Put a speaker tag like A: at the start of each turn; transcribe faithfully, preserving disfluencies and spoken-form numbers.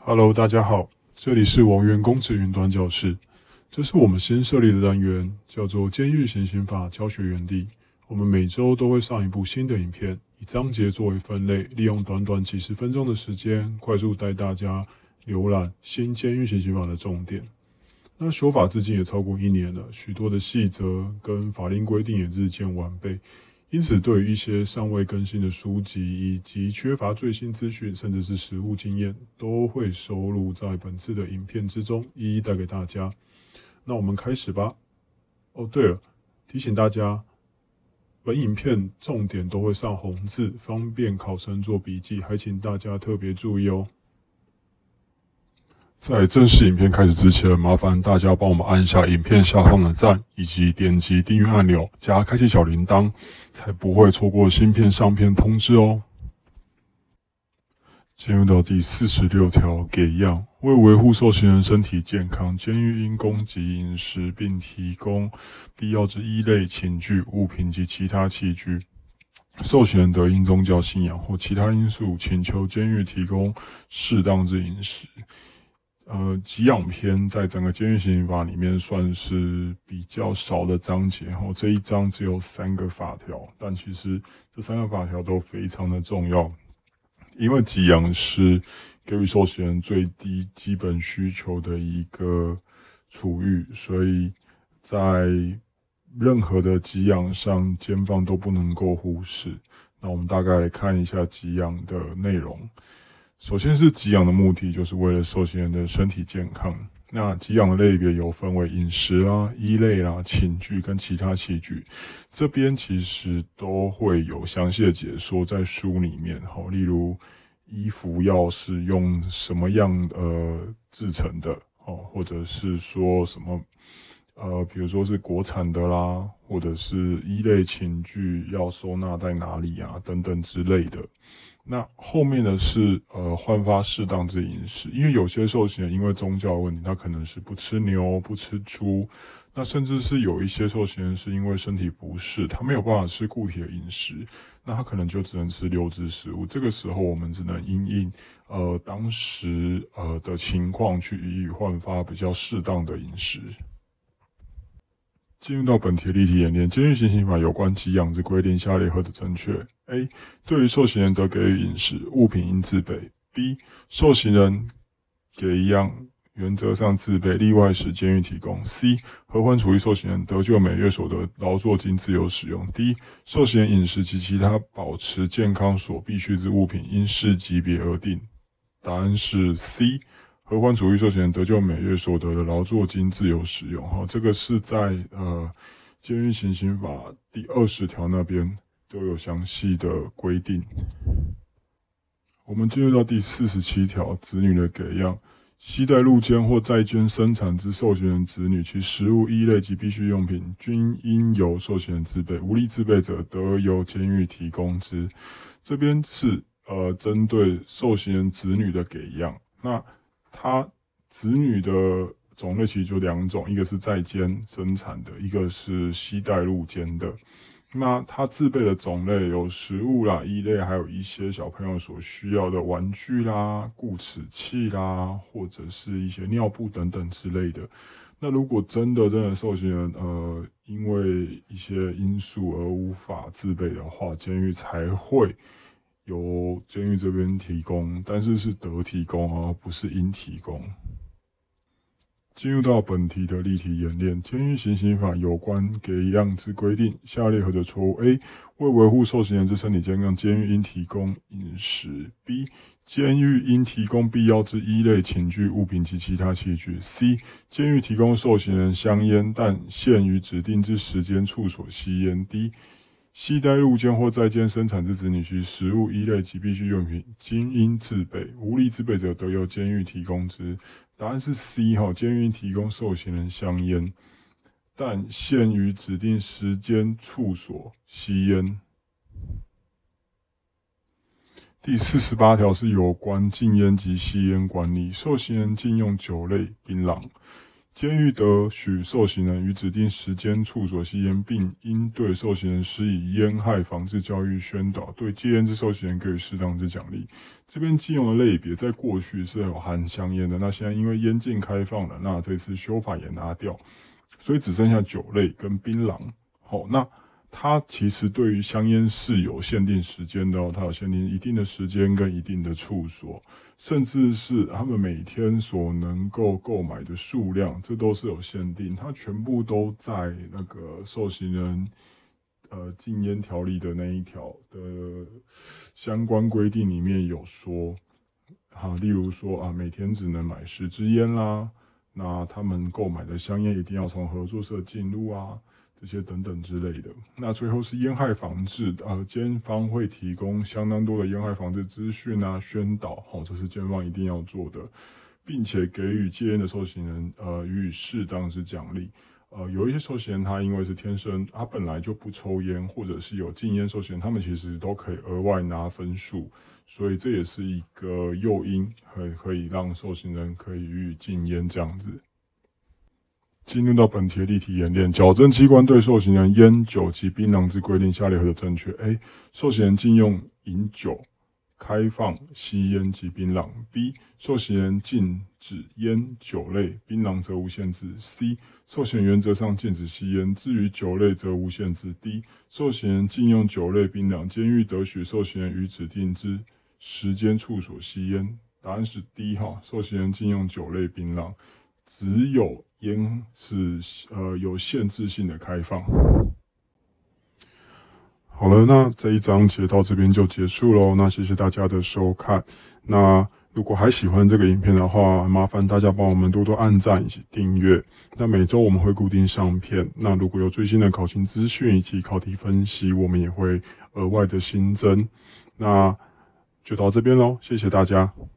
A: Hello，大家好，这里是王源公职云端教室，这是我们新设立的单元，叫做监狱行刑法教学园地。我们每周都会上一部新的影片，以章节作为分类，利用短短几十分钟的时间，快速带大家浏览新监狱行刑法的重点。那修法至今也超过一年了，许多的细则跟法令规定也日渐完备。因此，对于一些尚未更新的书籍以及缺乏最新资讯，甚至是实务经验，都会收录在本次的影片之中，一一带给大家。那我们开始吧。哦，对了，提醒大家，本影片重点都会上红字，方便考生做笔记，还请大家特别注意哦。在正式影片开始之前，麻烦大家帮我们按下影片下方的赞，以及点击订阅按钮，加开启小铃铛，才不会错过新片上片通知哦。进入到第四十六条，给样。为维护受刑人身体健康，监狱应供给饮食，并提供必要之衣类、寝具、物品及其他器具。受刑人得因宗教信仰或其他因素请求监狱提供适当之饮食。呃，给养篇在整个监狱行刑法里面算是比较少的章节，然后这一章只有三个法条，但其实这三个法条都非常的重要，因为给养是给予受刑人最低基本需求的一个处遇，所以在任何的给养上，监方都不能够忽视。那我们大概来看一下给养的内容。首先是给养的目的，就是为了受刑人的身体健康。那给养的类别有分为饮食啦、衣类啦、寝具跟其他器具，这边其实都会有详细的解说在书里面。好，例如衣服要是用什么样呃制成的，哦，或者是说什么呃，比如说是国产的啦，或者是衣类寝具要收纳在哪里啊，等等之类的。那后面的是呃换发适当之饮食，因为有些受刑人因为宗教问题，他可能是不吃牛、不吃猪，那甚至是有一些受刑人是因为身体不适，他没有办法吃固体的饮食，那他可能就只能吃流质食物。这个时候我们只能因应呃当时呃的情况去予以换发比较适当的饮食。进入到本题的例题演练，监狱行刑法有关给养之规定，下列何者正确 ？A. 对于受刑人得给予饮食，物品应自备。B. 受刑人给养原则上自备，例外时监狱提供。C. 合欢处遇受刑人得就每月所得劳作金自由使用。D. 受刑人饮食及其他保持健康所必需之物品，因视级别而定。答案是 C。合欢处遇受刑人得就每月所得的劳作金自由使用，哈，这个是在呃监狱行刑法第二十条那边都有详细的规定。我们进入到第四十七条，子女的给养，携带入监或在监生产之受刑人子女，其食物、衣类及必需用品，均应由受刑人自备，无力自备者，得由监狱提供之。这边是呃针对受刑人子女的给养，那他子女的种类其实就两种，一个是在监生产的，一个是携带入监的。那他自备的种类有食物啦、衣类，还有一些小朋友所需要的玩具啦、固齿器啦，或者是一些尿布等等之类的。那如果真的真的受刑人呃因为一些因素而无法自备的话，监狱才会由监狱这边提供，但是是得提供而不是应提供。进入到本题的例题演练，监狱行刑法有关给养之规定，下列何者错误 ？A. 为维护受刑人之身体健康，监狱应提供饮食。B. 监狱应提供必要之衣类、寝具、物品及其他器具。C. 监狱提供受刑人香烟，但限于指定之时间处所吸烟。D. 携带入监或在监生产之子女，其食物、衣类及必需用品，均应自备，无力自备者，得由监狱提供之。答案是 C 哈，监狱提供受刑人香烟，但限于指定时间处所吸烟。第四十八条是有关禁烟及吸烟管理，受刑人禁用酒类、槟榔。 监狱得许受刑人于指定时间处所吸烟，并应对受刑人施以烟害防治教育宣导，对戒烟之受刑人给予适当之奖励。这边禁用的类别在过去是有含香烟的，那现在因为烟禁开放了，那这次修法也拿掉，所以只剩下酒类跟槟榔。好，那它其实对于香烟是有限定时间的哦，它有限定一定的时间跟一定的处所，甚至是他们每天所能够购买的数量，这都是有限定，它全部都在那个受刑人呃禁烟条例的那一条的相关规定里面有说，啊，例如说啊，每天只能买十支烟啦，那他们购买的香烟一定要从合作社进入啊。这些等等之类的，那最后是烟害防治，呃，监方会提供相当多的烟害防治资讯啊、宣导，好、哦，这是监方一定要做的，并且给予戒烟的受刑人，呃，予以适当之奖励。呃，有一些受刑人他因为是天生，他本来就不抽烟，或者是有禁烟受刑人，他们其实都可以额外拿分数，所以这也是一个诱因，可可以让受刑人可以予以禁烟这样子。进入到本题的例题演练，矫正机关对受刑人烟酒及槟榔之规定，下列何者正确 ？A. 受刑人禁用饮酒、开放吸烟及槟榔 ；B. 受刑人禁止烟、酒类、槟榔则无限制 ；C. 受刑人原则上禁止吸烟，至于酒类则无限制 ；D. 受刑人禁用酒类、槟榔，监狱得许受刑人于指定之时间处所吸烟。答案是 D 哈，受刑人禁用酒类、槟榔。只有烟是呃有限制性的开放。好了，那这一章节到这边就结束喽。那谢谢大家的收看。那如果还喜欢这个影片的话，麻烦大家帮我们多多按赞以及订阅。那每周我们会固定上片。那如果有最新的考勤资讯以及考题分析，我们也会额外的新增。那就到这边喽，谢谢大家。